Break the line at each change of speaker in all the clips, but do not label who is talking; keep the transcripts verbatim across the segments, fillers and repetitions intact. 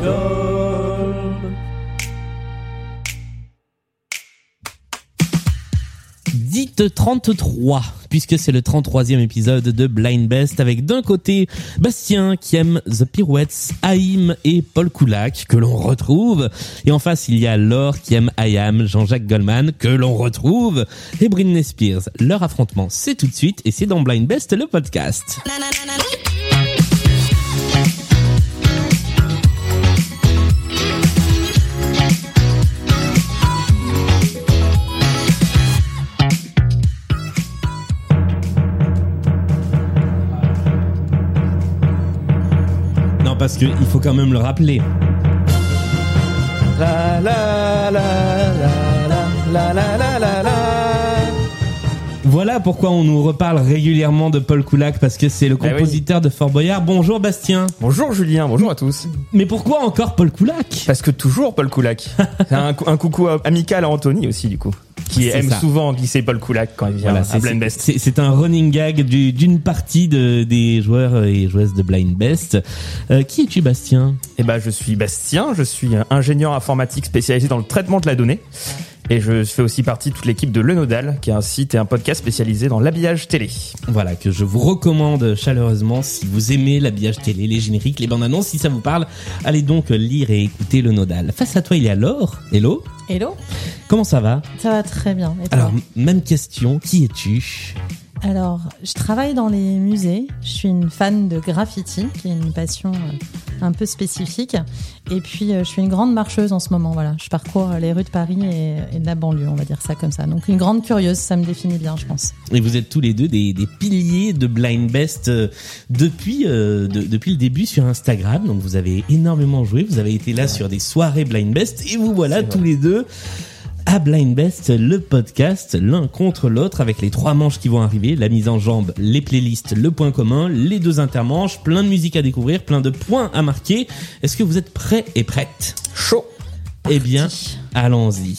jambe. Dites trente-trois, puisque c'est le trente-troisième épisode de Blind Best, avec d'un côté Bastien qui aime The Pirouettes, Haïm et Paul Coulac, que l'on retrouve, et en face il y a Laure qui aime I Am, Jean-Jacques Goldman, que l'on retrouve, et Britney Spears. Leur affrontement, c'est tout de suite, et c'est dans Blind Best, le podcast. Parce qu'il faut quand même le rappeler. La la la la la la la la la la. Voilà pourquoi on nous reparle régulièrement de Paul Coulac, parce que c'est le compositeur eh oui. de Fort Boyard. Bonjour Bastien.
Bonjour Julien, bonjour à tous.
Mais pourquoi encore Paul Coulac ?
Parce que toujours Paul Coulac. C'est un, un coucou amical à Anthony aussi du coup, qui c'est aime ça. souvent glisser Paul Coulac quand il vient voilà, à Blind Best.
C'est, c'est un running gag du, d'une partie de, des joueurs et joueuses de Blind Best. Euh, qui es-tu Bastien ?
Eh ben je suis Bastien, je suis ingénieur informatique spécialisé dans le traitement de la donnée. Et je fais aussi partie de toute l'équipe de Le Nodal, qui est un site et un podcast spécialisé dans l'habillage télé.
Voilà, que je vous recommande chaleureusement si vous aimez l'habillage télé, les génériques, les bandes annonces, si ça vous parle. Allez donc lire et écouter Le Nodal. Face à toi, il y a Laure. Hello.
Hello.
Comment ça va ?
Ça va très bien. Et toi ?
Alors, même question, qui es-tu ?
Alors, je travaille dans les musées. Je suis une fan de graffiti, qui est une passion un peu spécifique. Et puis, je suis une grande marcheuse en ce moment. Voilà, je parcours les rues de Paris et, et de la banlieue, on va dire ça comme ça. Donc, une grande curieuse, ça me définit bien, je pense.
Et vous êtes tous les deux des, des piliers de Blind Best euh, depuis euh, de, depuis le début sur Instagram. Donc, vous avez énormément joué. Vous avez été là ouais. sur des soirées Blind Best et vous voilà C'est tous vrai. les deux à Blind Best, le podcast, l'un contre l'autre, avec les trois manches qui vont arriver, la mise en jambe, les playlists, le point commun, les deux intermanches, plein de musique à découvrir, plein de points à marquer. Est-ce que vous êtes prêts et prêtes ?
Chaud.
Eh bien, allons-y.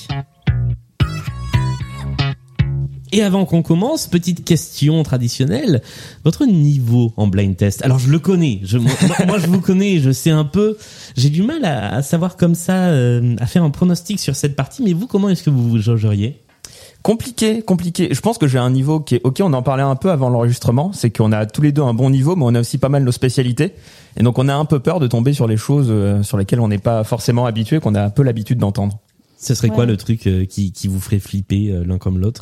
Et avant qu'on commence, petite question traditionnelle, votre niveau en blind test. Alors je le connais, je, moi, moi je vous connais, je sais un peu, j'ai du mal à, à savoir comme ça, euh, à faire un pronostic sur cette partie, mais vous, comment est-ce que vous vous jaugeriez ?
Compliqué, compliqué. Je pense que j'ai un niveau qui est ok, on en parlait un peu avant l'enregistrement, c'est qu'on a tous les deux un bon niveau, mais on a aussi pas mal nos spécialités. Et donc on a un peu peur de tomber sur les choses euh, sur lesquelles on n'est pas forcément habitué, qu'on a un peu l'habitude d'entendre.
Ce serait
ouais.
quoi le truc euh, qui, qui vous ferait flipper euh, l'un comme l'autre ?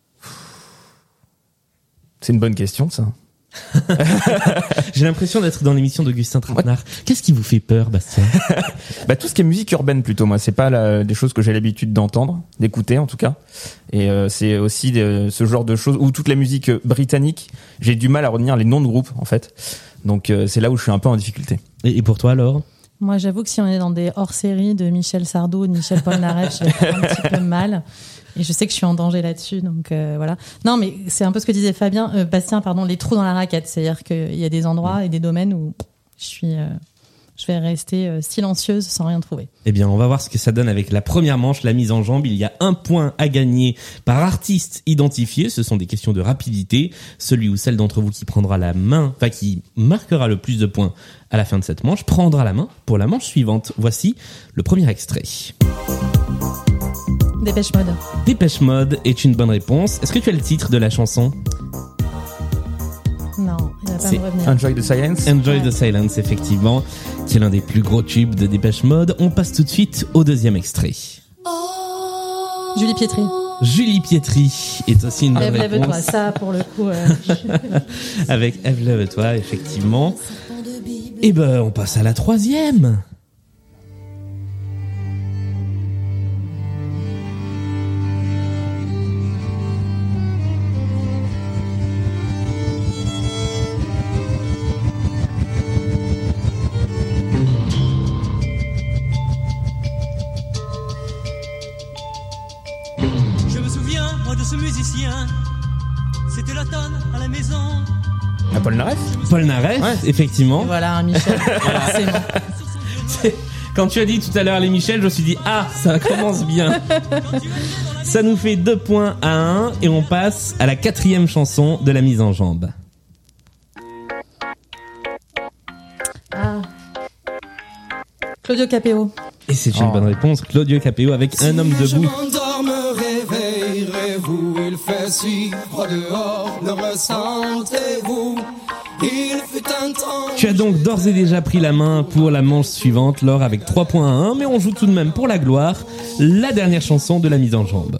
C'est une bonne question, ça.
J'ai l'impression d'être dans l'émission d'Augustin Trapenard. Ouais. Qu'est-ce qui vous fait peur, Bastien ?
Bah tout ce qui est musique urbaine plutôt. Moi, c'est pas la, des choses que j'ai l'habitude d'entendre, d'écouter en tout cas. Et euh, c'est aussi de, ce genre de choses ou toute la musique britannique. J'ai du mal à retenir les noms de groupes en fait. Donc euh, c'est là où je suis un peu en difficulté.
Et, et pour toi, Laure ?
Moi, j'avoue que si on est dans des hors-séries de Michel Sardou ou de Michel Polnareff, je vais faire un petit peu mal. Et je sais que je suis en danger là-dessus, donc euh, voilà. Non, mais c'est un peu ce que disait Fabien, euh, Bastien, pardon, les trous dans la raquette. C'est-à-dire qu'il y a des endroits et des domaines où je suis, euh, je vais rester euh, silencieuse sans rien trouver.
Eh bien, on va voir ce que ça donne avec la première manche, la mise en jambe. Il y a un point à gagner par artiste identifié. Ce sont des questions de rapidité. Celui ou celle d'entre vous qui prendra la main, enfin qui marquera le plus de points à la fin de cette manche, prendra la main pour la manche suivante. Voici le premier extrait.
Dépêche Mode.
Dépêche Mode est une bonne réponse. Est-ce que tu as le titre de la chanson ?
Non, il va pas
C'est
me revenir.
Enjoy the Silence.
Enjoy
ouais.
the Silence, effectivement, qui est l'un des plus gros tubes de Dépêche Mode. On passe tout de suite au deuxième extrait.
Julie Pietri.
Julie Pietri est aussi une bonne
Ève,
réponse.
lève-toi, ça pour le coup. Euh, je...
Avec Ève, lève-toi, effectivement. Et ben, on passe à la troisième.
Ce musicien, c'était l'automne à la maison.
À Paul Naref.
Paul Naref, ouais. Effectivement.
Et voilà, un Michel. C'est bon.
C'est... Quand tu as dit tout à l'heure les Michel, je me suis dit ah, ça commence bien. Ça nous fait deux points à un et on passe à la quatrième chanson de la mise en jambe.
Ah. Claudio Capéo.
Et c'est une
Oh.
bonne réponse, Claudio Capéo avec Un homme debout.
Je m'endors, me réveillerez-vous, il fait si froid dehors, le ressentez-vous, il fut un temps...
Tu as donc d'ores et déjà pris la main pour la manche suivante, Laure, avec trois points à un, mais on joue tout de même pour la gloire, la dernière chanson de la mise en jambe.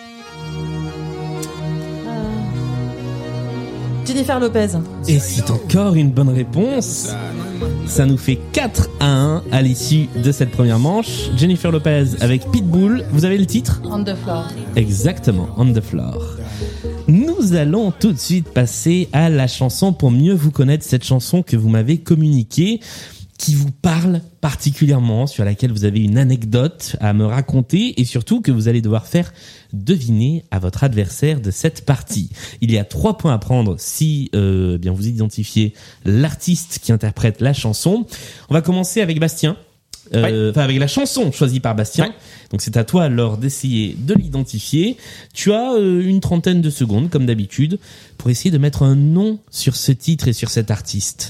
Jennifer Lopez.
Et c'est encore une bonne réponse. Ça nous fait quatre à un à l'issue de cette première manche. Jennifer Lopez avec Pitbull. Vous avez le titre ?
On the floor.
Exactement, On the Floor. Nous allons tout de suite passer à la chanson pour mieux vous connaître, cette chanson que vous m'avez communiquée, qui vous parle particulièrement, sur laquelle vous avez une anecdote à me raconter et surtout que vous allez devoir faire deviner à votre adversaire de cette partie. Il y a trois points à prendre si euh, bien vous identifiez l'artiste qui interprète la chanson. On va commencer avec Bastien. Euh, enfin, avec la chanson choisie par Bastien.
Ouais.
Donc c'est à toi alors d'essayer de l'identifier. Tu as euh, une trentaine de secondes comme d'habitude pour essayer de mettre un nom sur ce titre et sur cet artiste.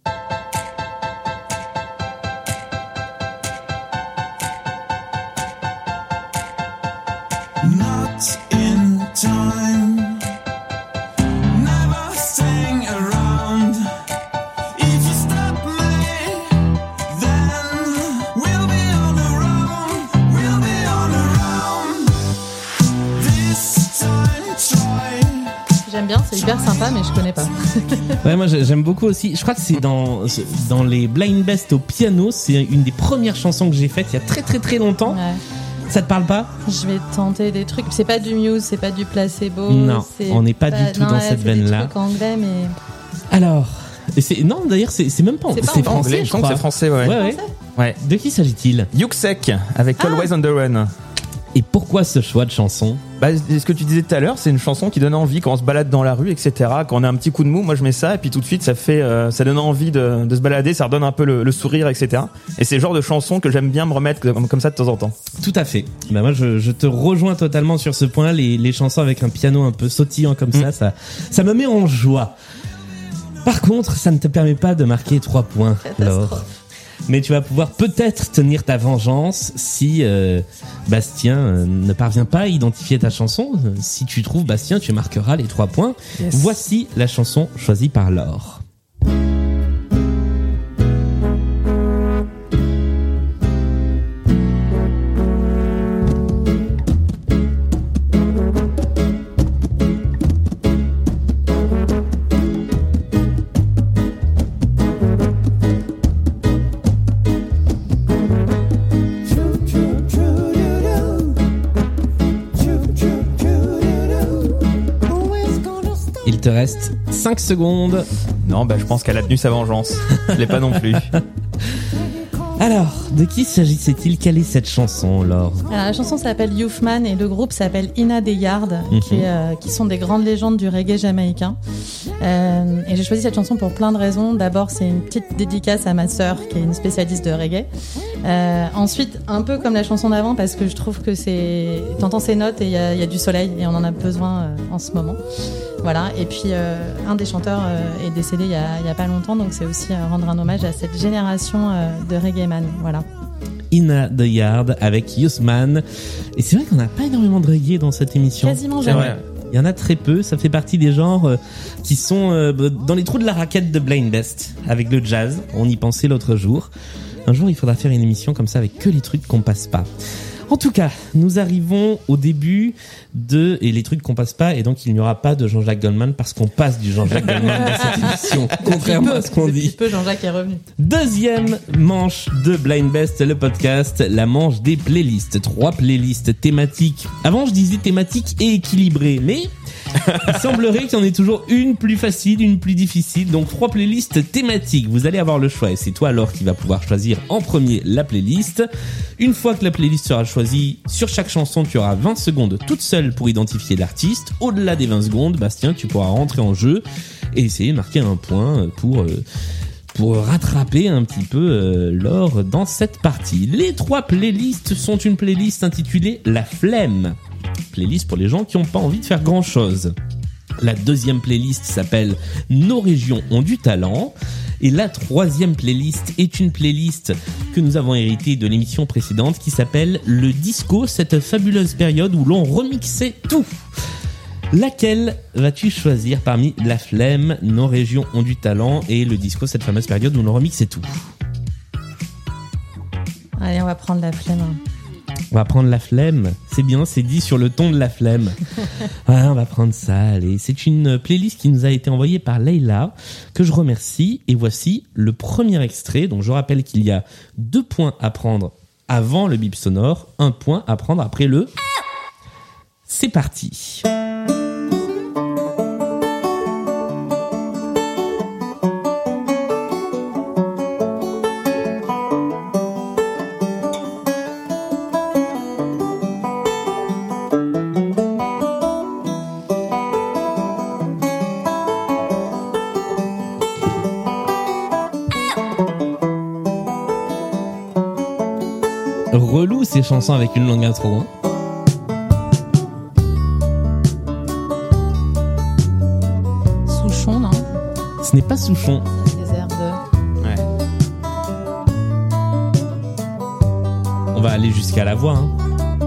Not in time, never staying around. If you stop me, then we'll be all around, we'll be all around. This time try.
J'aime bien, c'est hyper sympa, mais je connais pas.
Ouais, moi j'ai- j'aime beaucoup aussi. Je crois que c'est dans dans les Blind Best au piano, c'est une des premières chansons que j'ai faites il y a très très très longtemps.
Ouais.
Ça te parle pas ?
Je vais tenter des trucs. C'est pas du Muse, c'est pas du placebo.
Non,
c'est
on n'est pas du tout
non,
dans
ouais,
cette
c'est des
veine-là.
trucs anglais, mais.
Alors, et c'est non d'ailleurs c'est c'est même pas
C'est pas
c'est
en
français,
Anglais,
je
je pense
crois.
que c'est français, ouais.
Ouais, ouais.
Français
Ouais.
De qui s'agit-il ?
Yuxek avec
Ah.
Always on the Run.
Et pourquoi ce choix de chanson ?
Bah, ce que tu disais tout à l'heure, c'est une chanson qui donne envie quand on se balade dans la rue, et cetera. Quand on a un petit coup de mou, moi je mets ça et puis tout de suite ça fait, euh, ça donne envie de, de se balader, ça redonne un peu le, le sourire, et cetera. Et c'est le genre de chanson que j'aime bien me remettre comme, comme ça de temps en temps.
Tout à fait. Bah moi je, je te rejoins totalement sur ce point. Les, les chansons avec un piano un peu sautillant comme ça, ça, ça me met en joie. Par contre, ça ne te permet pas de marquer trois points, Laure.
Catastrophe.
Mais tu vas pouvoir peut-être tenir ta vengeance si euh, Bastien euh, ne parvient pas à identifier ta chanson. Euh, Si tu trouves Bastien, tu marqueras les trois points.
Yes.
Voici la chanson choisie par Laure. Il te reste cinq secondes.
Non, bah je pense qu'elle a tenu sa vengeance. Je l'ai pas non plus.
Alors, de qui s'agissait-il ? Quelle est cette chanson, Laure ?
Alors, la chanson s'appelle Youth Man et le groupe s'appelle Ina de Yard,
Mhm.
qui, est, euh, qui sont des grandes légendes du reggae jamaïcain. Euh, et j'ai choisi cette chanson pour plein de raisons. D'abord, c'est une petite dédicace à ma sœur, qui est une spécialiste de reggae. Euh, ensuite, un peu comme la chanson d'avant, parce que je trouve que c'est, t'entends ces notes et il y a, il y a du soleil et on en a besoin euh, en ce moment. Voilà. Et puis, euh, un des chanteurs euh, est décédé il y a, il y a pas longtemps, donc c'est aussi euh, rendre un hommage à cette génération euh, de reggae man. Voilà.
Ina the Yard avec Youthman. Et c'est vrai qu'on n'a pas énormément de reggae dans cette émission.
Quasiment
C'est
jamais.
vrai. Il y en a très peu. Ça fait partie des genres euh, qui sont euh, dans les trous de la raquette de Blind Best avec le jazz. On y pensait l'autre jour. Un jour, il faudra faire une émission comme ça avec que les trucs qu'on passe pas. En tout cas, nous arrivons au début de et les trucs qu'on passe pas et donc il n'y aura pas de Jean-Jacques Goldman parce qu'on passe du Jean-Jacques Goldman dans cette émission, contrairement à ce qu'on
Depuis
dit.
peu, Jean-Jacques est revenu.
Deuxième manche de Blind Best, le podcast, la manche des playlists. Trois playlists thématiques. Avant, je disais thématiques et équilibrées, mais il semblerait qu'il y en ait toujours une plus facile, une plus difficile. Donc, trois playlists thématiques. Vous allez avoir le choix et c'est toi, Laure, qui va pouvoir choisir en premier la playlist. Une fois que la playlist sera choisie, sur chaque chanson, tu auras vingt secondes toute seule pour identifier l'artiste. Au-delà des vingt secondes, Bastien, tu pourras rentrer en jeu et essayer de marquer un point pour... Euh, pour rattraper un petit peu euh, Laure dans cette partie. Les trois playlists sont une playlist intitulée La Flemme. Playlist pour les gens qui n'ont pas envie de faire grand chose. La deuxième playlist s'appelle Nos régions ont du talent. Et la troisième playlist est une playlist que nous avons héritée de l'émission précédente qui s'appelle Le Disco, cette fabuleuse période où l'on remixait tout. Laquelle vas-tu choisir parmi La Flemme, Nos régions ont du talent et Le Disco, cette fameuse période où l'on remixait tout?
Allez, on va prendre La Flemme.
On va prendre La Flemme. C'est bien, c'est dit sur le ton de La Flemme. Ouais, on va prendre ça, allez. C'est une playlist qui nous a été envoyée par Leïla, que je remercie. Et voici le premier extrait. Donc je rappelle qu'il y a deux points à prendre avant le bip sonore, un point à prendre après le... C'est parti. Relou ces chansons avec une longue intro. Hein.
Souchon, non?
Ce n'est pas Souchon.
C'est des airs de...
Ouais.
On va aller jusqu'à la voix. Hein.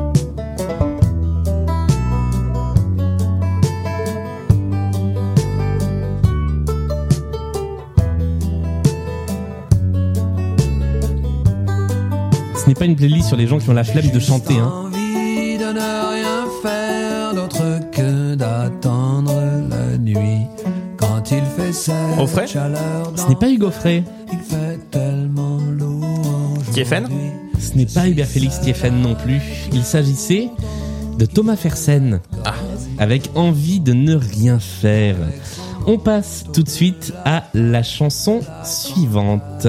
Ce n'est pas une playlist sur les gens qui ont la flemme de chanter. Hein.
Envie de ne rien faire d'autre que d'attendre la nuit. Quand il fait cette
Au frais
chaleur
Ce n'est pas Hugo Frey.
il fait tellement lourd.
Stephen
Ce n'est pas Hubert Félix Stephen non plus. Il s'agissait de Thomas Fersen.
Ah.
Avec Envie de ne rien faire. On passe tout de suite à la chanson suivante.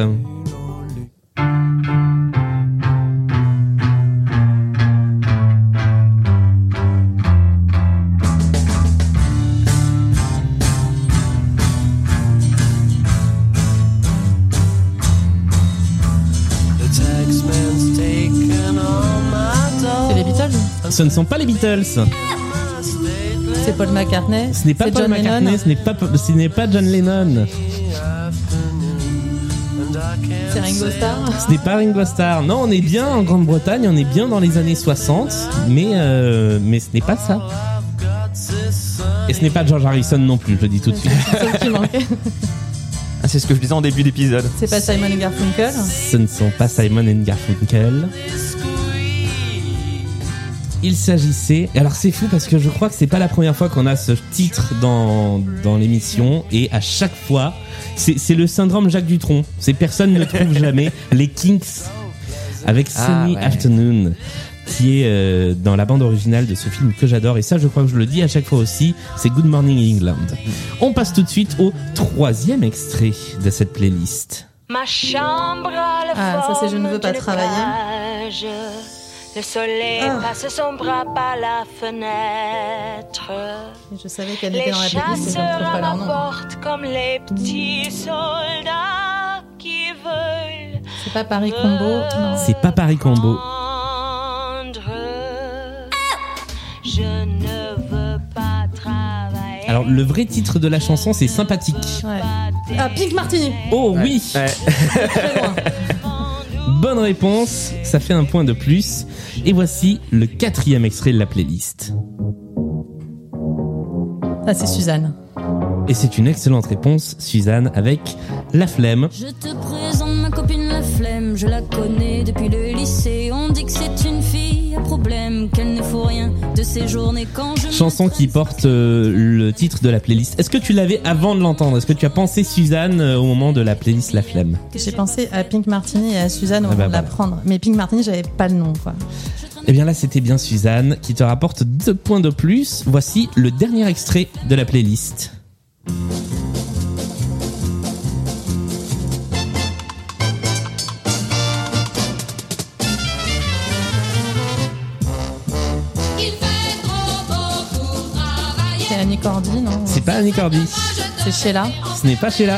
C'est les Beatles?
Ce ne sont pas les Beatles.
C'est Paul McCartney?
Ce n'est pas
C'est
Paul
John
McCartney.
Lennon?
Ce n'est pas, ce n'est pas John Lennon.
C'est Ringo Starr?
Ce n'est pas Ringo Starr. Non, on est bien en Grande-Bretagne. On est bien dans les années soixante. Mais, euh, mais ce n'est pas ça. Et ce n'est pas George Harrison non plus. Je le dis tout de suite.
C'est ce qui manquait.
Ah, c'est ce que je disais en début d'épisode.
C'est pas Simon et Garfunkel?
Ce ne sont pas Simon and Garfunkel. Il s'agissait... Alors c'est fou parce que je crois que c'est pas la première fois qu'on a ce titre dans, dans l'émission. Et à chaque fois, c'est, c'est le syndrome Jacques Dutronc. C'est personne ne trouve jamais. Les Kinks avec Sunny
Ah, ouais.
Afternoon, qui est euh, dans la bande originale de ce film que j'adore. Et ça, je crois que je le dis à chaque fois aussi, c'est Good Morning England. On passe tout de suite au troisième extrait de cette playlist.
Ma chambre a le
Ah, ça, c'est Je ne veux pas
d'une
travailler.
plage. Le soleil
Ah.
passe son bras par la fenêtre.
Je savais qu'elle était
Les
dans la playlist, mais je ne
chasseurs
trouve pas
à
leur
ma
nom.
porte comme les petits soldats qui veulent
C'est pas Paris Combo? Non.
C'est pas Paris Combo.
prendre. Je ne veux pas travailler.
Alors le vrai titre de la chanson, c'est Sympathique.
Ouais. Ah, Pink Martini!
Oh oui,
Ouais.
Très loin.
bonne réponse, ça fait un point de plus. Et voici le quatrième extrait de la playlist.
Ah, c'est Suzanne.
Et c'est une excellente réponse, Suzanne, avec La Flemme.
Je te présente ma copine La Flemme, je la connais depuis le lycée. On dit que c'est une fille à problème, qu'elle ne faut rien de ses journées quand je... me
Chanson qui
stresse.
porte euh, le titre de la playlist. Est-ce que tu l'avais avant de l'entendre? Est-ce que tu as pensé Suzanne euh, au moment de la playlist La Flemme?
J'ai pensé à Pink Martini et à Suzanne au
Ah bah
moment de la
voilà.
prendre. Mais Pink Martini, j'avais pas le nom, quoi.
Eh bien là, c'était bien Suzanne qui te rapporte deux points de plus. Voici le dernier extrait de la playlist.
C'est Annie Cordy, non?
C'est pas Annie Cordy.
C'est Sheila,
Ce n'est pas Sheila.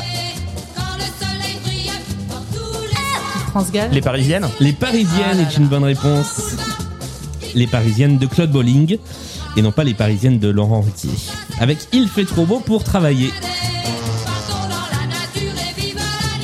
Transgal.
Les Parisiennes.
Les Parisiennes
Ah là
est une bonne réponse. Les Parisiennes de Claude Bolling et non pas les Parisiennes de Laurent Ruquier. Avec Il fait trop beau pour travailler.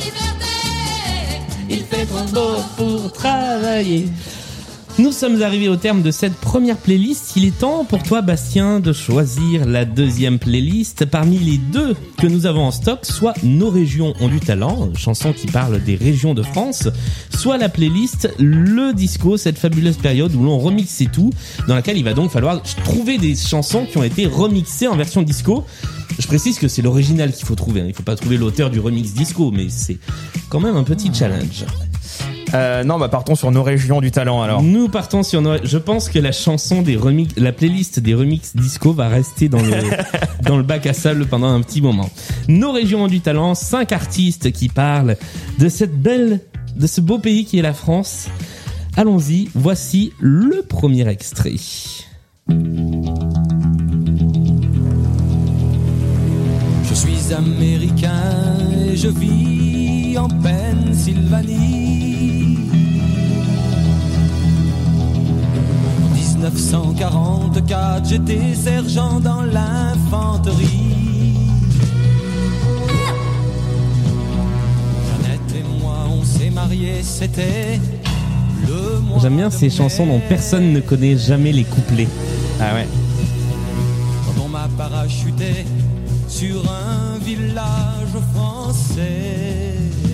trop beau pour travailler. Nous sommes arrivés au terme de cette première playlist. Il est temps pour toi, Bastien, de choisir la deuxième playlist parmi les deux que nous avons en stock, soit Nos régions ont du talent, chanson qui parle des régions de France, soit la playlist Le Disco, cette fabuleuse période où l'on remixait tout, dans laquelle il va donc falloir trouver des chansons qui ont été remixées en version disco. Je précise que c'est l'original qu'il faut trouver, hein. Il faut pas trouver l'auteur du remix disco, mais c'est quand même un petit challenge.
Euh, non, bah partons sur Nos régions du talent alors.
Nous partons sur nos... Je pense que la chanson des remix, la playlist des remix disco va rester dans le dans le bac à sable pendant un petit moment. Nos régions ont du talent, cinq artistes qui parlent de cette belle, de ce beau pays qui est la France. Allons-y, voici le premier extrait.
Je suis américain et je vis en Pennsylvanie. En dix-neuf cent quarante-quatre, j'étais sergent dans l'infanterie. Jeannette et moi, on s'est mariés, c'était le mois.
J'aime bien ces
de
chansons
mai.
dont personne ne connaît jamais les couplets.
Ah ouais.
Quand on m'a parachuté sur un village français.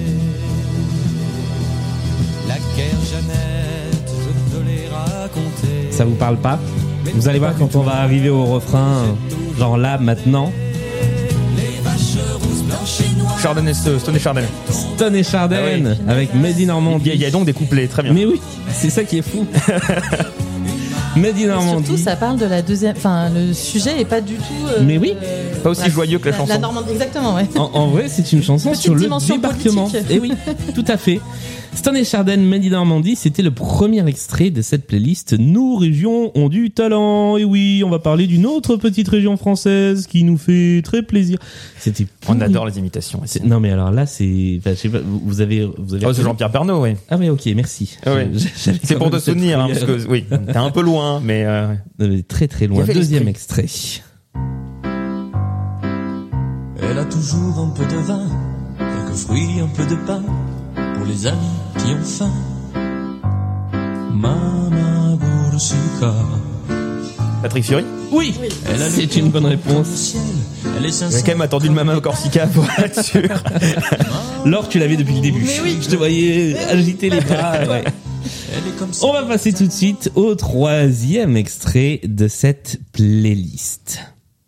La guerre Jeannette, je te l'ai raconté.
Ça vous parle pas? Vous allez voir quand on va arriver au refrain, genre là, maintenant.
Les vaches rousses, blanches et noires.
Chardonnay, Stone et Chardonnay.
Stone et Chardenne,
Ah oui.
avec Made in Normandie.
Il y, a- il y a donc des couplets, très bien.
Mais oui, c'est ça qui est fou. Made in
Et
Normandie.
surtout, ça parle de la deuxième. Enfin, le sujet est pas du tout. euh,
Mais oui.
euh,
Pas aussi joyeux que la chanson.
La Normandie, exactement, ouais.
En, en vrai, c'est une chanson
Petite
sur le
dimension
débarquement.
politique.
Et oui, tout à fait. Stone et Chardenne, Made in Normandie, c'était le premier extrait de cette playlist. Nos régions ont du talent. Et oui, on va parler d'une autre petite région française qui nous fait très plaisir. C'était
On
pourri.
adore les imitations.
C'est- Non mais alors là, c'est, enfin, je sais pas, vous vous avez, vous avez.
Oh, c'est Jean-Pierre Pernaut, oui.
Ah oui, ok, merci.
Ah ouais.
Je- j'avais
C'est
quand
pour
même
te
cette
souvenir, hein, parce
frayeur.
que oui, t'es un peu loin, mais euh,
Euh, Très très
Il y
loin.
avait
Deuxième
l'esprit.
extrait.
Elle a toujours un peu de vin, quelques fruits, un peu de pain, pour les amis qui ont faim. Mama Borsica.
Patrick Fiori.
Oui,
Elle a le
c'est
cœur
une bonne
contre
réponse.
le ciel. Elle est
J'ai
sincère.
quand même attendu le Mama Corsica pour être sûr.
Laure, tu l'avais depuis le début.
Mais oui.
Je te voyais agiter les bras. Ouais.
Elle est comme ça.
On va passer tout de suite au troisième extrait de cette playlist.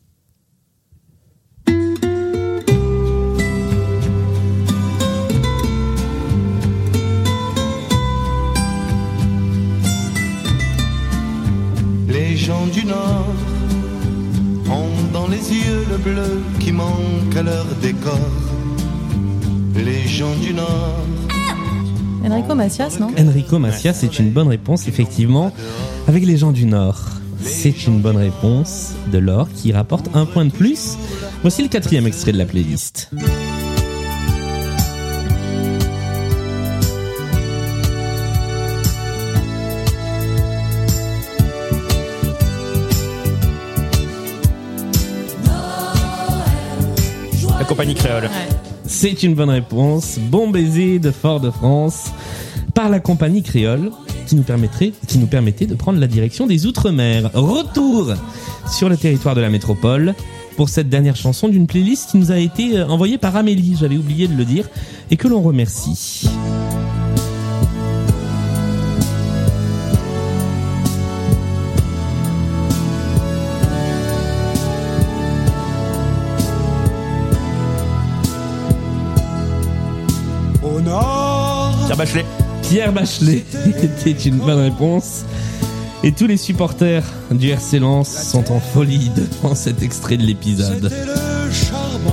Les gens du Nord ont dans les yeux le bleu qui manque à leur décor. Les gens du Nord.
Enrico Macias, non?
Enrico Macias, c'est une bonne réponse, effectivement, avec les gens du Nord. C'est une bonne réponse de Laure qui rapporte un point de plus. Voici le quatrième extrait de la playlist.
La compagnie créole.
C'est une bonne réponse. Bon baiser de Fort-de-France par la compagnie créole qui nous permettrait, qui nous permettait de prendre la direction des Outre-mer. Retour sur le territoire de la métropole pour cette dernière chanson d'une playlist qui nous a été envoyée par Amélie, j'avais oublié de le dire, et que l'on remercie.
Au nord,
Pierre Bachelet.
Pierre Bachelet était une bonne réponse. Et tous les supporters du R C Lens sont en folie devant cet extrait de l'épisode.
c'était le charbon.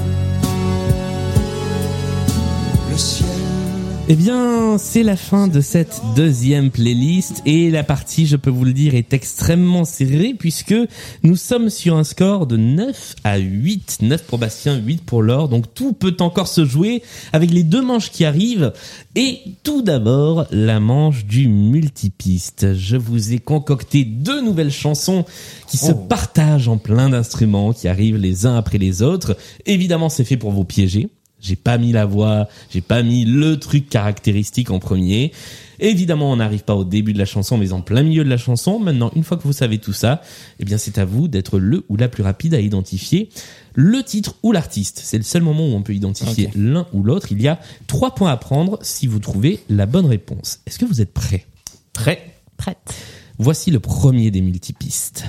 Le ciel.
Eh bien, c'est la fin de cette deuxième playlist et la partie, je peux vous le dire, est extrêmement serrée puisque nous sommes sur un score de neuf à huit. neuf pour Bastien, huit pour Laure. Donc tout peut encore se jouer avec les deux manches qui arrivent. Et tout d'abord, la manche du multipiste. Je vous ai concocté deux nouvelles chansons qui se
Oh.
partagent en plein d'instruments, qui arrivent les uns après les autres. Évidemment, c'est fait pour vous piéger. J'ai pas mis la voix, j'ai pas mis le truc caractéristique en premier. Évidemment, on n'arrive pas au début de la chanson, mais en plein milieu de la chanson. Maintenant, une fois que vous savez tout ça, eh bien, c'est à vous d'être le ou la plus rapide à identifier le titre ou l'artiste. C'est le seul moment où on peut identifier okay. l'un ou l'autre. Il y a trois points à prendre si vous trouvez la bonne réponse. Est-ce que vous êtes prêts ?
Prêt ?
Prête.
Voici le premier des multipistes.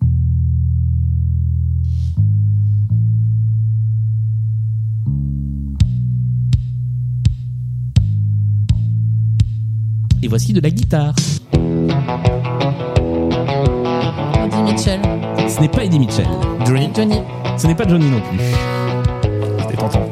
Et voici de la guitare.
Eddie Mitchell.
Ce n'est pas Eddie Mitchell.
Johnny.
Johnny.
Ce n'est pas Johnny non plus.
C'était tentant.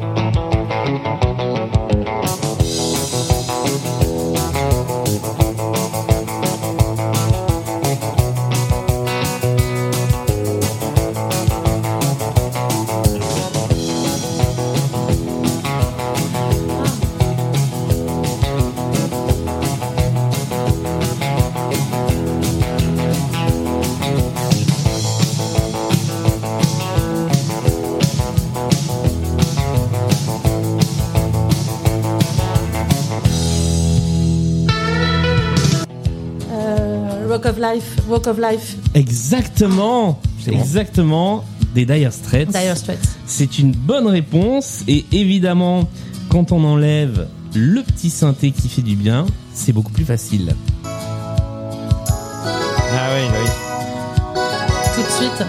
Walk of Life, Walk of Life.
Exactement, c'est exactement des Dire Straits.
Dire Straits.
C'est une bonne réponse et évidemment, quand on enlève le petit synthé qui fait du bien, c'est beaucoup plus facile.
Ah oui, oui.
Tout de suite.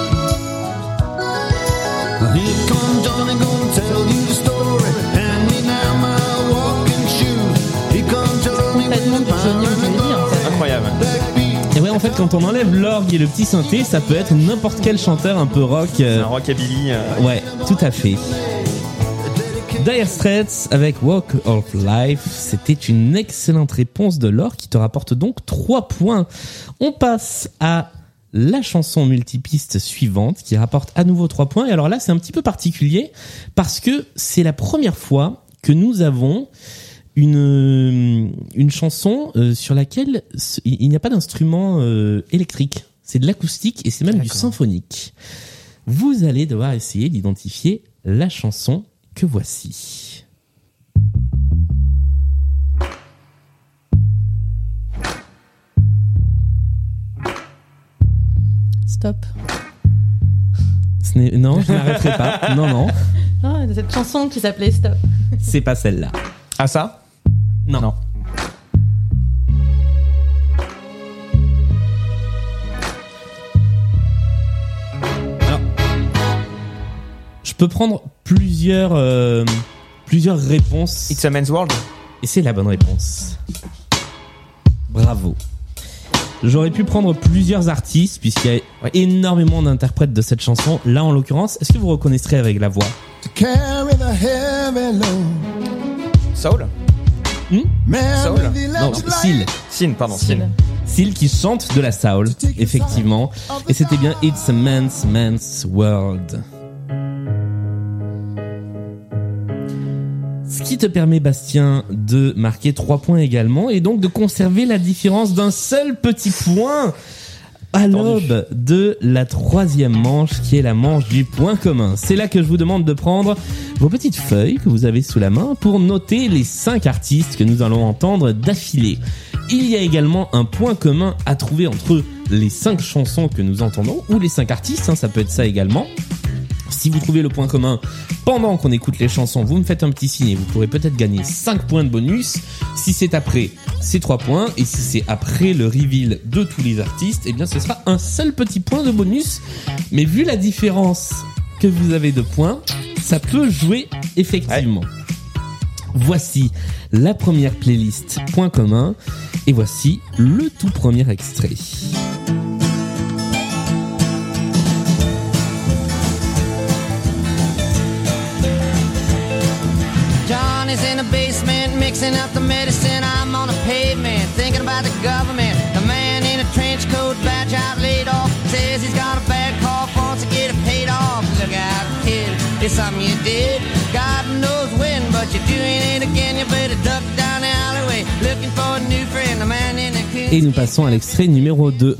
Here comes Johnny gonna tell you the story. Hand me now my walking shoes. Here comes Johnny with
Complètement du Johnny au Johnny, en fait.
Incroyable.
Et ouais, en fait, quand on enlève l'orgue et le petit synthé, ça peut être n'importe quel chanteur un peu rock. Euh...
Un rockabilly. Euh...
Ouais, tout à fait. Dire Straits avec Walk of Life, c'était une excellente réponse de Laure qui te rapporte donc trois points. On passe à la chanson multipiste suivante qui rapporte à nouveau trois points. Et alors là, c'est un petit peu particulier parce que c'est la première fois que nous avons une une chanson euh, sur laquelle il n'y a pas d'instrument euh, électrique. C'est de l'acoustique et c'est même D'accord. du symphonique. Vous allez devoir essayer d'identifier la chanson que voici.
Stop.
Ce n'est... Non, je n'arrêterai pas. Non, non.
Non, cette chanson qui s'appelait Stop.
C'est pas celle-là.
Ah ça ?
Non. non. Alors, je peux prendre plusieurs, euh, plusieurs réponses.
It's a Man's World.
Et c'est la bonne réponse. Bravo. J'aurais pu prendre plusieurs artistes puisqu'il y a oui. énormément d'interprètes de cette chanson. Là, en l'occurrence, est-ce que vous reconnaîtrez avec la voix ?
Soul.
Hmm
Soul.
Non, Seal.
Seal, pardon.
Seal.
Seal qui chante de la soul, effectivement. Et c'était bien It's a Man's Man's World. Ce qui te permet, Bastien, de marquer trois points également et donc de conserver la différence d'un seul petit point à l'aube de la troisième manche qui est la manche du point commun. C'est là que je vous demande de prendre vos petites feuilles que vous avez sous la main pour noter les cinq artistes que nous allons entendre d'affilée. Il y a également un point commun à trouver entre les cinq chansons que nous entendons ou les cinq artistes, hein, ça peut être ça également. Si vous trouvez le point commun pendant qu'on écoute les chansons, vous me faites un petit signe et vous pourrez peut-être gagner cinq points de bonus. Si c'est après, c'est trois points. Et si c'est après le reveal de tous les artistes, eh bien ce sera un seul petit point de bonus. Mais vu la différence que vous avez de points, ça peut jouer effectivement. Ouais. Voici la première playlist point commun. Et voici le tout premier extrait.
Johnny's in the basement mixing up the medicine. I'm on the pavement thinking about the government. The man in a trench coat, badge out laid off, says he's got a bad cough, wants to get it paid off. Look out, kid, it's something you did. God knows when, but you're doing it again. You better duck down the alleyway looking for a new friend. The man in the kid.
Et nous passons à l'extrait numéro deux.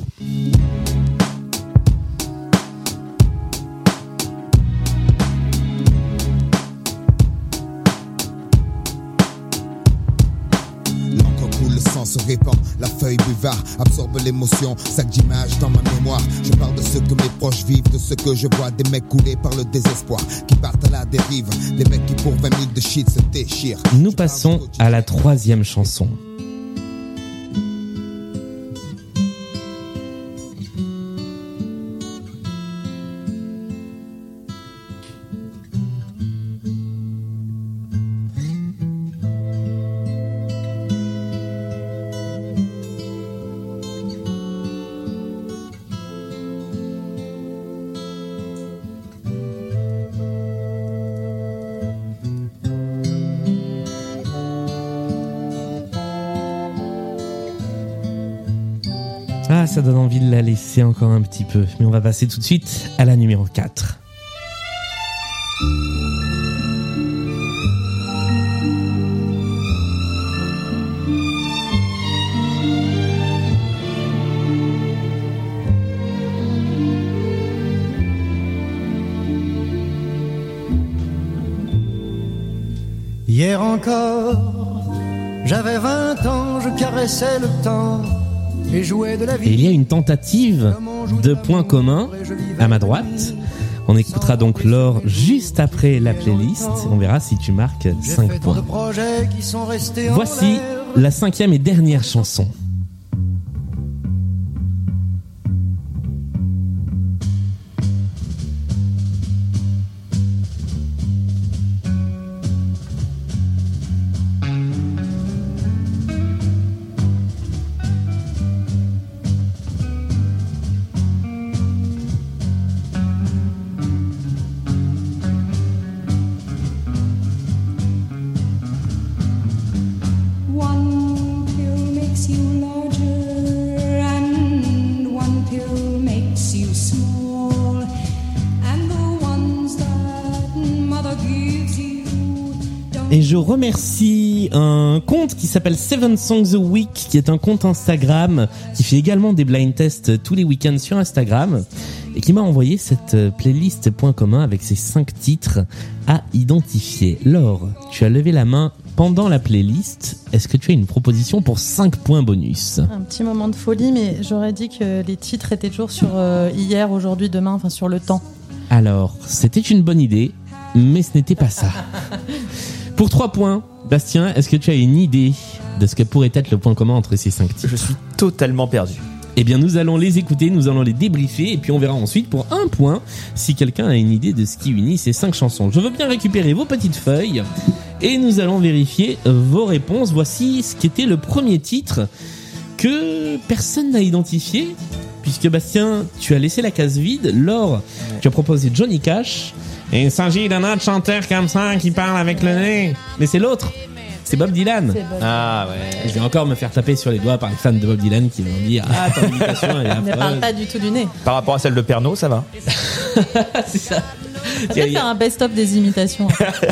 se répand. La feuille buvard absorbe l'émotion, sac d'images dans ma mémoire. Je parle de ce que mes proches vivent, de ce que je vois, des mecs coulés par le désespoir, qui partent à la dérive, des mecs qui pour vingt mille de shit se déchirent.
Nous passons à la troisième chanson. Ah, ça donne envie de la laisser encore un petit peu. Mais on va passer tout de suite à la numéro quatre.
Hier encore, j'avais vingt ans, je caressais le temps et jouais de la vie.
Et il y a une tentative de points communs à ma droite. On écoutera donc Laure juste après la playlist. On verra si tu marques cinq points. Voici la cinquième et dernière chanson. Et je remercie un compte qui s'appelle Seven Songs a Week, qui est un compte Instagram, qui fait également des blind tests tous les week-ends sur Instagram, et qui m'a envoyé cette playlist point commun avec ces cinq titres à identifier. Laure, tu as levé la main pendant la playlist. Est-ce que tu as une proposition pour cinq points bonus ?
Un petit moment de folie, mais j'aurais dit que les titres étaient toujours sur euh, hier, aujourd'hui, demain, enfin sur le temps.
Alors, c'était une bonne idée, mais ce n'était pas ça. Pour trois points, Bastien, est-ce que tu as une idée de ce que pourrait être le point commun entre ces cinq titres ?
Je suis totalement perdu.
Eh bien, nous allons les écouter, nous allons les débriefer, et puis on verra ensuite pour un point si quelqu'un a une idée de ce qui unit ces cinq chansons. Je veux bien récupérer vos petites feuilles, et nous allons vérifier vos réponses. Voici ce qu'était le premier titre que personne n'a identifié, puisque Bastien, tu as laissé la case vide. Laure, tu as proposé Johnny Cash. Et il s'agit d'un autre chanteur comme ça qui parle avec le nez. Mais c'est l'autre. C'est Bob Dylan.
C'est Bob.
Ah ouais.
Je vais encore me faire taper sur les doigts par les fans de Bob Dylan qui vont dire « Ah, ton imitation, elle est
On ne parle
affreuse.
pas du tout du nez.
Par rapport à celle de Pernod, ça va. »
C'est ça.
On peut faire un best-of des imitations.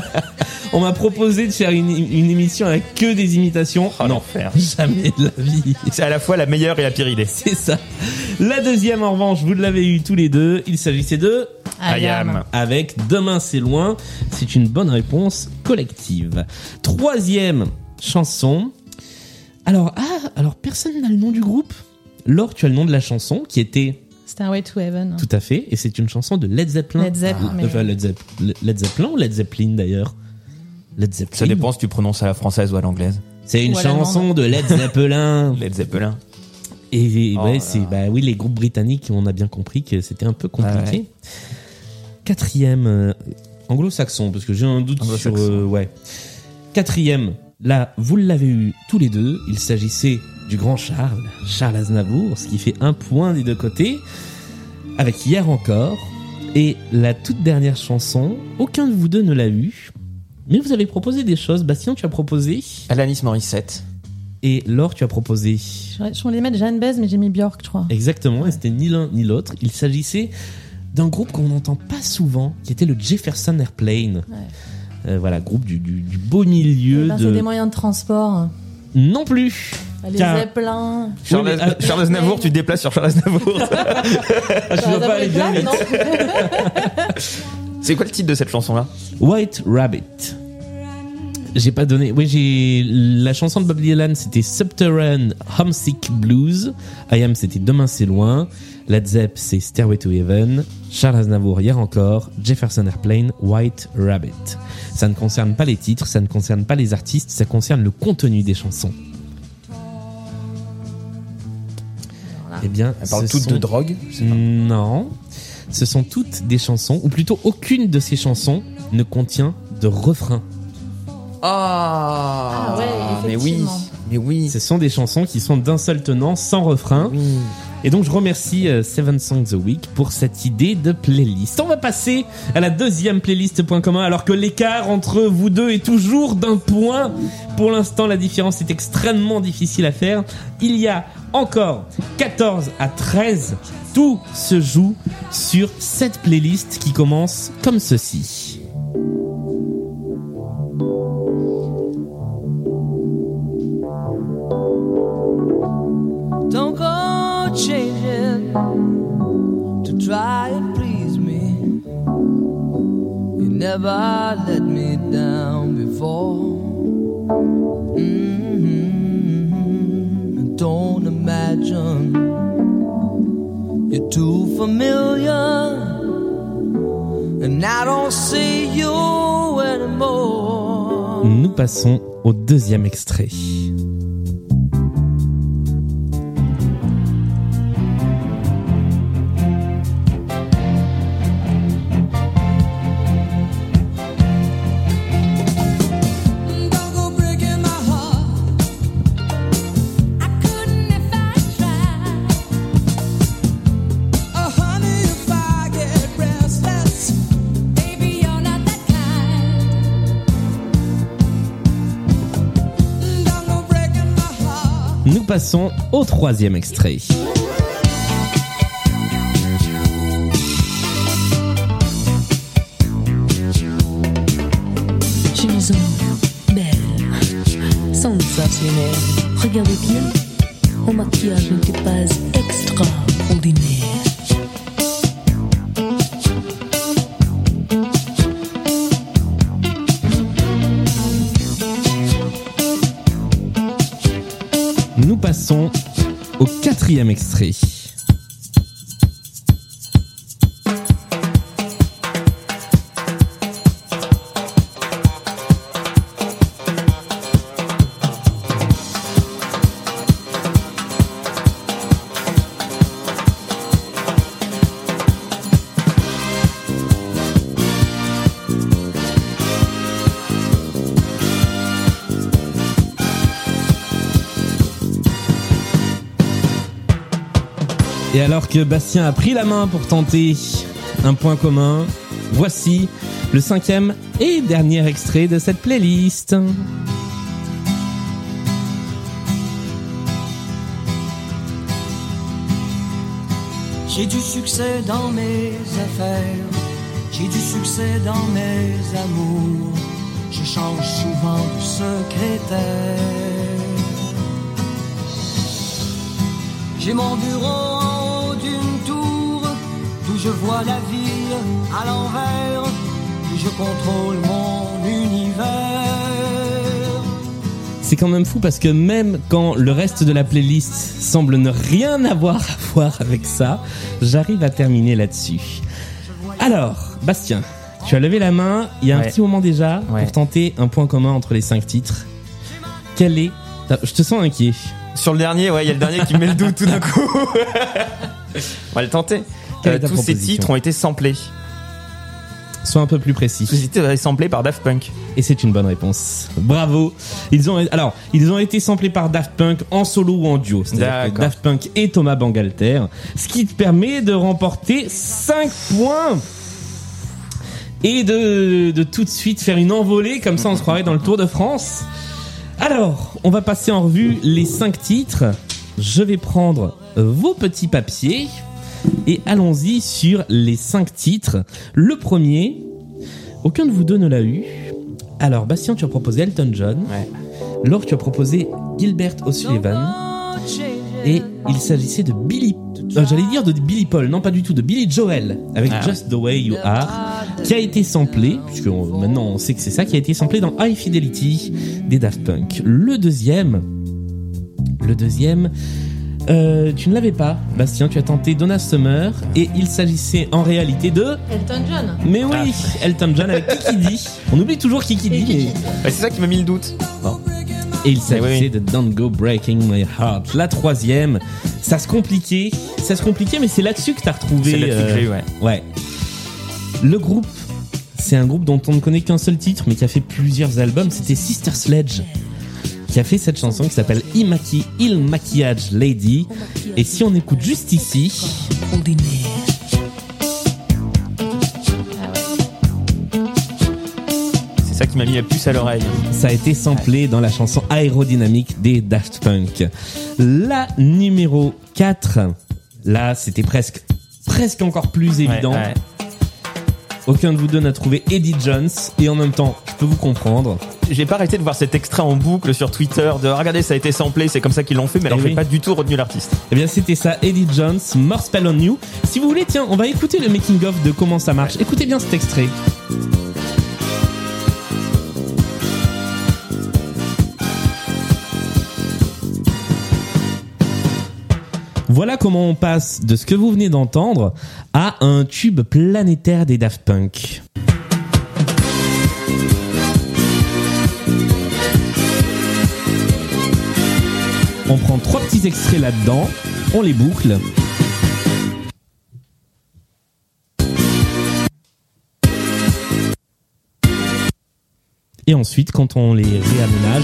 On m'a proposé de faire une, une émission avec que des imitations.
Oh,
non,
l'enfer.
jamais de la vie.
C'est à la fois la meilleure et la pire idée.
C'est ça. La deuxième, en revanche, vous l'avez eu tous les deux. Il s'agissait de...
Ayam.
Avec Demain c'est loin. C'est une bonne réponse collective. Troisième chanson. Alors, ah, alors personne n'a le nom du groupe. Laure, tu as le nom de la chanson qui était...
Stairway to Heaven.
Tout à fait. Et c'est une chanson de Led Zeppelin.
Led Zeppelin.
Ah,
mais-
enfin, Led, Zepp- Led Zeppelin ou Led Zeppelin d'ailleurs Led Zeppelin.
Ça dépend si tu prononces à la française ou à l'anglaise.
C'est une
Ou à
chanson
l'allemande.
de Led Zeppelin.
Led Zeppelin.
Et
Oh
ouais,
là
c'est
là.
bah oui, les groupes britanniques, on a bien compris que c'était un peu compliqué.
Ah ouais.
Quatrième, euh, anglo-saxon, parce que j'ai un doute sur
Anglo-saxon.
euh, ouais. Quatrième, là, vous l'avez eu tous les deux. Il s'agissait du grand Charles, Charles Aznavour, ce qui fait un point des deux côtés. Avec Hier encore. Et la toute dernière chanson, aucun de vous deux ne l'a eu. Mais vous avez proposé des choses. Bastien, tu as proposé.
Alanis Morissette.
Et Laure, tu as proposé.
Je je voulais mettre Jeanne Baez, mais j'ai mis Björk, je crois.
Exactement, et c'était ni l'un ni l'autre. Il s'agissait d'un groupe qu'on n'entend pas souvent, qui était le Jefferson Airplane.
Ouais.
Euh, voilà, groupe du, du, du beau milieu
Eh ben,
de...
C'est des moyens de transport.
Non plus.
Les
Car-
Zeppelin.
Charles,
Oui, mais, euh,
Charles Aznavour, tu te déplaces sur Charles Aznavour.
Ah, je dois pas aller bien vite.
C'est quoi le titre de cette chanson-là ?
White Rabbit. J'ai pas donné. Oui, j'ai la chanson de Bob Dylan, c'était Subterranean Homesick Blues. I Am, c'était Demain c'est loin. Led Zepp, c'est Stairway to Heaven. Charles Aznavour, Hier encore. Jefferson Airplane, White Rabbit. Ça ne concerne pas les titres, ça ne concerne pas les artistes, ça concerne le contenu des chansons.
Voilà.
Eh bien,
Elles parlent
ce
toutes
sont...
de drogue. je sais pas.
Non, ce sont toutes des chansons, ou plutôt aucune de ces chansons ne contient de refrain.
Ah,
Ah ouais,
mais oui,
effectivement.
mais oui.
Ce sont des chansons qui sont d'un seul tenant, sans refrain.
Oui.
Et donc je remercie euh, Seven Songs a Week pour cette idée de playlist. On va passer à la deuxième playlist point commun, alors que l'écart entre vous deux est toujours d'un point. Pour l'instant, la différence est extrêmement difficile à faire. Il y a encore quatorze à treize. Tout se joue sur cette playlist qui commence comme ceci.
Don't go changing to try and please me. You never let me down before. Mm-hmm. Don't imagine you're too familiar, and I don't see you anymore.
Nous passons au deuxième extrait. Nous passons au troisième extrait.
Je me sens belle, sensationnelle. Regardez bien, mon maquillage n'était pas extraordinaire.
Nous passons au quatrième extrait. Et alors que Bastien a pris la main pour tenter un point commun, voici le cinquième et dernier extrait de cette playlist.
J'ai du succès dans mes affaires, j'ai du succès dans mes amours, je change souvent de secrétaire. J'ai mon bureau en haut d'une tour, d'où je vois la ville à l'envers, où je contrôle mon univers.
C'est quand même fou parce que même quand le reste de la playlist semble ne rien avoir à voir avec ça, j'arrive à terminer là-dessus. Alors, Bastien, tu as levé la main il y a un
Ouais.
petit moment déjà
Ouais.
pour tenter un point commun entre les cinq titres. Quel est... Je te sens inquiet.
Sur le dernier, ouais, il y a le dernier qui me met le doute tout d'un coup. On va le tenter.
Quelle
Euh,
est ta
tous ces
proposition ?
titres ont été samplés.
Sois un peu plus précis.
Tous ces titres ont été samplés par Daft Punk.
Et c'est une bonne réponse. Bravo. Ils ont, alors, ils ont été samplés par Daft Punk en solo ou en duo. C'est-à-dire que
D'accord.
Daft Punk et Thomas Bangalter. Ce qui te permet de remporter cinq points. Et de, de tout de suite faire une envolée. Comme ça, on se croirait dans le Tour de France. Alors, on va passer en revue les cinq titres. Je vais prendre vos petits papiers. Et allons-y sur les cinq titres. Le premier, aucun de vous deux ne l'a eu. Alors, Bastien, tu as proposé Elton John.
Ouais.
Laure, tu as proposé Gilbert O'Sullivan. Et il s'agissait de Billy... euh, j'allais dire de Billy Paul, non pas du tout, de Billy Joel, avec
Ah.
Just the Way You Are. qui a été samplé, puisque on- maintenant on sait que c'est ça, qui a été samplé dans High Fidelity des Daft Punk. Le deuxième, le deuxième, euh, tu ne l'avais pas, Bastien, tu as tenté Donna Summer, et il s'agissait en réalité de...
Elton John.
Mais oui, Elton John avec Kiki D. On oublie toujours Kiki D, mais...
Ouais, c'est ça qui m'a mis le doute. Bon.
Et il s'agissait
oui, oui.
de Don't Go Breaking My Heart. La troisième, ça se compliquait, ça se compliquait, mais c'est là-dessus que t'as retrouvé.
C'est là-dessus que j'ai eu, ouais.
Ouais. Le groupe, c'est un groupe dont on ne connaît qu'un seul titre, mais qui a fait plusieurs albums. C'était Sister Sledge, qui a fait cette chanson qui s'appelle Il Maki, Il Maquillage Lady. Et si on écoute juste ici,
C'est ça qui m'a mis la puce à l'oreille.
ça a été samplé dans la chanson Aérodynamique des Daft Punk. La numéro quatre, là, c'était presque, presque encore plus évident.
Ouais, ouais.
Aucun de vous deux n'a trouvé Eddie Jones, et en même temps, je peux vous comprendre.
J'ai pas arrêté de voir cet extrait en boucle sur Twitter de ah, regardez, ça a été samplé, c'est comme ça qu'ils l'ont fait, mais alors
Eh
j'ai
oui.
pas du tout retenu l'artiste.
Eh bien, c'était ça, Eddie Jones, More Spell on You. Si vous voulez, tiens, on va écouter le making-of de comment ça marche. Écoutez bien cet extrait. Voilà comment on passe de ce que vous venez d'entendre à un tube planétaire des Daft Punk. On prend trois petits extraits là-dedans, on les boucle. Et ensuite, quand on les réaménage,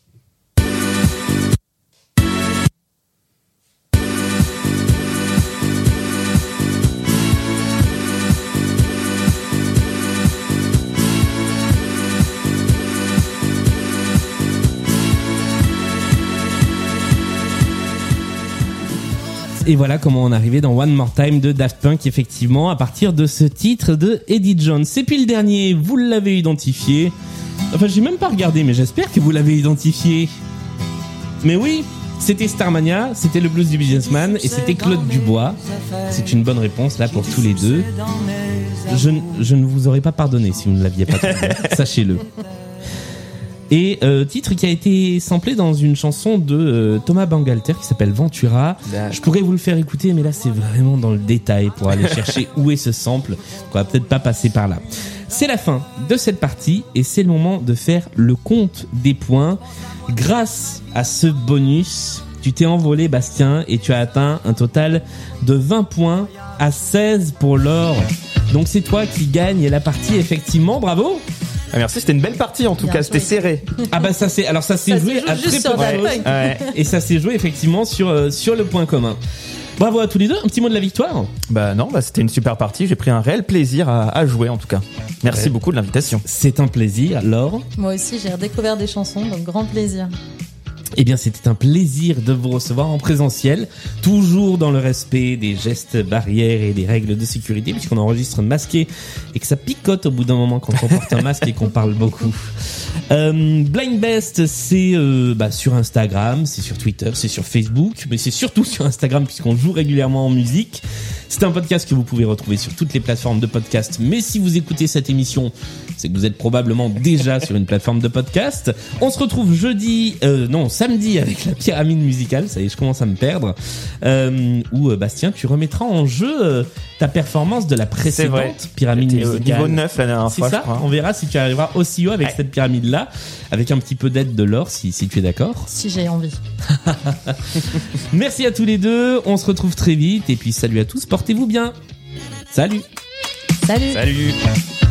et voilà comment on est arrivé dans One More Time de Daft Punk, effectivement, à partir de ce titre de Eddie Jones. Et puis le dernier, vous l'avez identifié. Enfin, j'ai même pas regardé, mais j'espère que vous l'avez identifié. Mais oui, c'était Starmania, c'était le blues du businessman, et c'était Claude Dubois. C'est une bonne réponse, là, pour tous les deux. Je, n- je ne vous aurais pas pardonné si vous ne l'aviez pas trouvé, sachez-le. Et euh, titre qui a été samplé dans une chanson de euh, Thomas Bangalter qui s'appelle Ventura. Je pourrais vous le faire écouter, mais là c'est vraiment dans le détail pour aller chercher où est ce sample. On va peut-être pas passer par là. C'est la fin de cette partie et c'est le moment de faire le compte des points. Grâce à ce bonus, tu t'es envolé, Bastien, et tu as atteint un total de vingt points à seize pour Laure. Donc c'est toi qui gagne la partie, effectivement. Bravo.
Ah, merci, c'était une belle partie en tout
Bien
cas,
joué.
c'était serré.
Ah bah ça c'est alors ça s'est
Ça
joué
se joue
à
juste
très
sur
peu de
Daft
choses.
Punk.
Ouais.
Et ça s'est joué effectivement sur euh, sur le point commun. Bravo à tous les deux. Un petit mot de la victoire.
Bah non, bah c'était une super partie, j'ai pris un réel plaisir à, à jouer en tout cas. Merci
Ouais.
beaucoup de l'invitation.
C'est un plaisir, Laure.
Moi aussi, j'ai redécouvert des chansons, donc grand plaisir.
Eh bien, c'était un plaisir de vous recevoir en présentiel, toujours dans le respect des gestes barrières et des règles de sécurité, puisqu'on enregistre masqué et que ça picote au bout d'un moment quand on porte un masque et qu'on parle beaucoup. Euh, Blind Best, c'est euh, bah, sur Instagram, c'est sur Twitter, c'est sur Facebook, mais c'est surtout sur Instagram puisqu'on joue régulièrement en musique. C'est un podcast que vous pouvez retrouver sur toutes les plateformes de podcast, mais si vous écoutez cette émission, c'est que vous êtes probablement déjà sur une plateforme de podcast. On se retrouve jeudi, euh, non, samedi avec la pyramide musicale, ça y est, je commence à me perdre, euh, où euh, Bastien, tu remettras en jeu euh, ta performance de la
C'est vrai.
précédente pyramide
J'étais au
musicale.
niveau neuf la dernière
C'est
fois,
ça,
je crois.
on verra si tu arriveras aussi haut avec
Ouais.
cette pyramide-là, avec un petit peu d'aide de Laure, si, si tu es d'accord.
Si j'ai envie.
Merci à tous les deux, on se retrouve très vite, et puis salut à tous, portez-vous bien. Salut.
Salut.
Salut.